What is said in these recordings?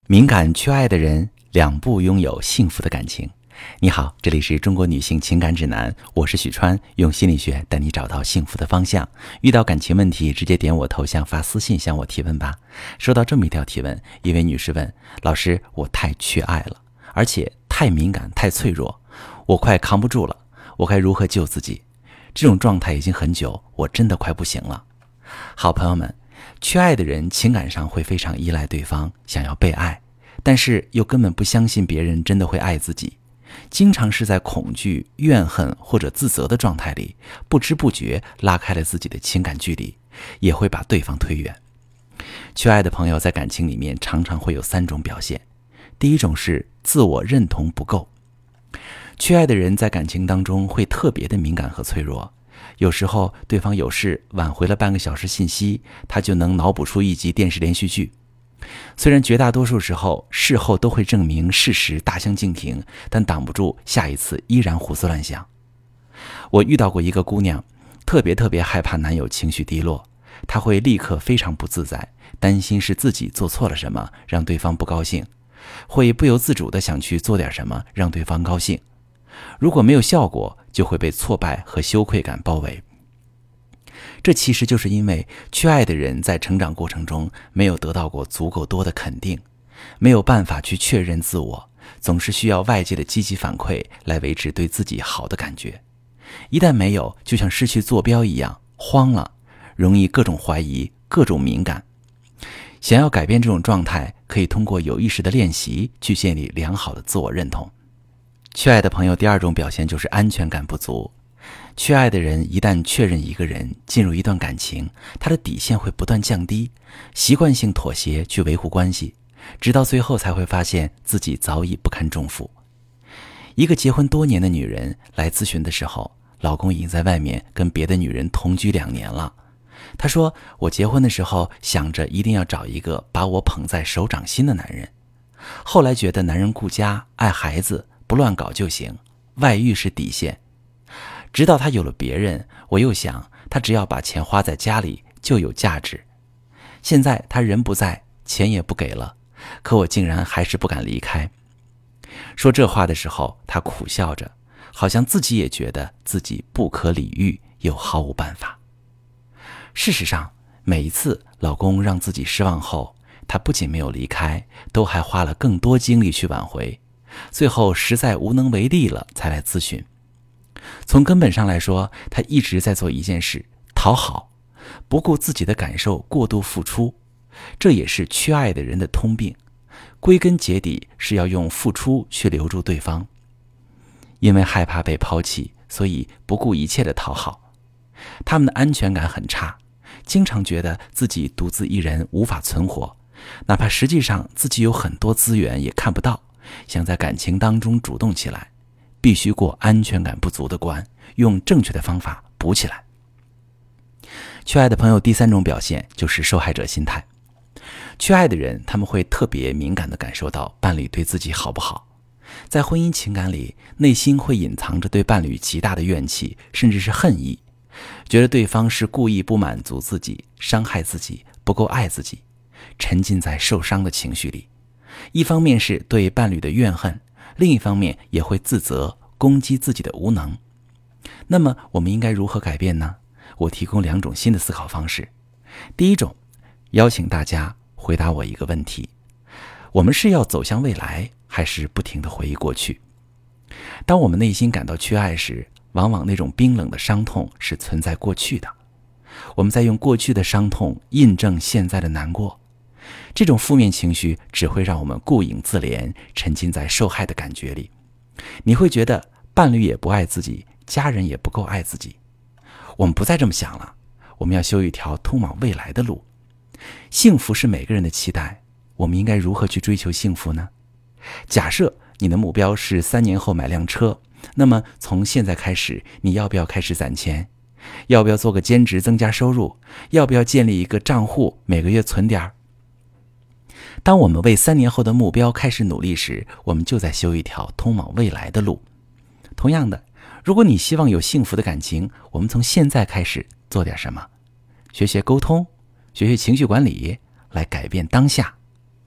敏感缺爱的人两不拥有幸福的感情。你好，这里是中国女性情感指南，我是许川，用心理学带你找到幸福的方向。遇到感情问题，直接点我头像发私信向我提问吧。收到这么一条提问，一位女士问：老师，我太缺爱了，而且太敏感太脆弱，我快扛不住了，我该如何救自己？这种状态已经很久，我真的快不行了。好朋友们，缺爱的人情感上会非常依赖对方，想要被爱，但是又根本不相信别人真的会爱自己，经常是在恐惧、怨恨或者自责的状态里，不知不觉拉开了自己的情感距离，也会把对方推远。缺爱的朋友在感情里面常常会有3种表现。第一种是自我认同不够。缺爱的人在感情当中会特别的敏感和脆弱，有时候对方有事挽回了半个小时信息，他就能脑补出一集电视连续剧。虽然绝大多数时候事后都会证明事实大相径庭，但挡不住下一次依然胡思乱想。我遇到过一个姑娘，特别害怕男友情绪低落，她会立刻非常不自在，担心是自己做错了什么让对方不高兴，会不由自主地想去做点什么让对方高兴。如果没有效果，就会被挫败和羞愧感包围。这其实就是因为缺爱的人在成长过程中没有得到过足够多的肯定，没有办法去确认自我，总是需要外界的积极反馈来维持对自己好的感觉。一旦没有，就像失去坐标一样，慌了，容易各种怀疑，各种敏感。想要改变这种状态，可以通过有意识的练习去建立良好的自我认同。缺爱的朋友第2种表现就是安全感不足。缺爱的人一旦确认一个人进入一段感情，他的底线会不断降低，习惯性妥协去维护关系，直到最后才会发现自己早已不堪重负。一个结婚多年的女人来咨询的时候，老公已经在外面跟别的女人同居2年了。她说，我结婚的时候想着一定要找一个把我捧在手掌心的男人，后来觉得男人顾家爱孩子不乱搞就行，外遇是底线。直到他有了别人，我又想他只要把钱花在家里就有价值。现在他人不在，钱也不给了，可我竟然还是不敢离开。说这话的时候，他苦笑着，好像自己也觉得自己不可理喻，又毫无办法。事实上，每一次老公让自己失望后，他不仅没有离开，都还花了更多精力去挽回，最后实在无能为力了才来咨询。从根本上来说，他一直在做一件事，讨好，不顾自己的感受，过度付出。这也是缺爱的人的通病，归根结底是要用付出去留住对方。因为害怕被抛弃，所以不顾一切的讨好。他们的安全感很差，经常觉得自己独自一人无法存活，哪怕实际上自己有很多资源也看不到，想在感情当中主动起来，必须过安全感不足的关，用正确的方法补起来。缺爱的朋友第3种表现就是受害者心态。缺爱的人，他们会特别敏感地感受到伴侣对自己好不好，在婚姻情感里，内心会隐藏着对伴侣极大的怨气，甚至是恨意，觉得对方是故意不满足自己，伤害自己，不够爱自己，沉浸在受伤的情绪里。一方面是对伴侣的怨恨，另一方面也会自责，攻击自己的无能。那么我们应该如何改变呢？我提供2种新的思考方式。第一种，邀请大家回答我一个问题：我们是要走向未来，还是不停地回忆过去？当我们内心感到缺爱时，往往那种冰冷的伤痛是存在过去的，我们在用过去的伤痛印证现在的难过。这种负面情绪只会让我们顾影自怜，沉浸在受害的感觉里。你会觉得伴侣也不爱自己，家人也不够爱自己。我们不再这么想了，我们要修一条通往未来的路。幸福是每个人的期待，我们应该如何去追求幸福呢？假设你的目标是3年后买辆车，那么从现在开始，你要不要开始攒钱？要不要做个兼职增加收入？要不要建立一个账户，每个月存点儿？当我们为3年后的目标开始努力时，我们就在修一条通往未来的路。同样的，如果你希望有幸福的感情，我们从现在开始做点什么？学学沟通，学学情绪管理，来改变当下。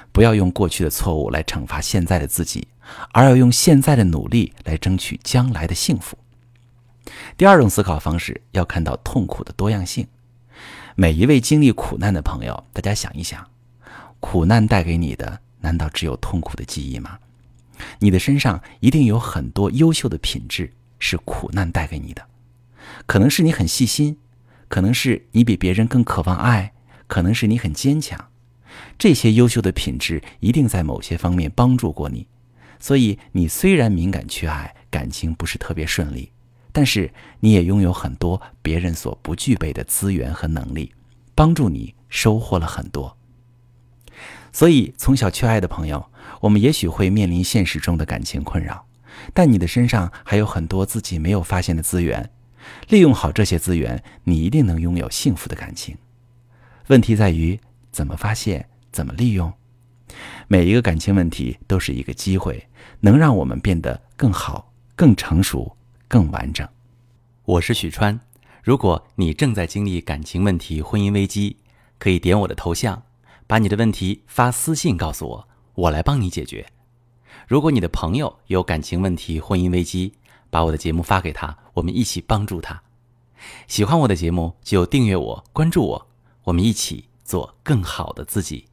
不要用过去的错误来惩罚现在的自己，而要用现在的努力来争取将来的幸福。第二种思考方式，要看到痛苦的多样性。每一位经历苦难的朋友，大家想一想，苦难带给你的难道只有痛苦的记忆吗？你的身上一定有很多优秀的品质是苦难带给你的，可能是你很细心，可能是你比别人更渴望爱，可能是你很坚强。这些优秀的品质一定在某些方面帮助过你，所以你虽然敏感缺爱，感情不是特别顺利，但是你也拥有很多别人所不具备的资源和能力，帮助你收获了很多。所以从小缺爱的朋友，我们也许会面临现实中的感情困扰，但你的身上还有很多自己没有发现的资源，利用好这些资源，你一定能拥有幸福的感情。问题在于怎么发现，怎么利用。每一个感情问题都是一个机会，能让我们变得更好、更成熟、更完整。 我是许川，如果你正在经历感情问题、婚姻危机，可以点我的头像，把你的问题发私信告诉我，我来帮你解决。如果你的朋友有感情问题、婚姻危机，把我的节目发给他，我们一起帮助他。喜欢我的节目就订阅我、关注我，我们一起做更好的自己。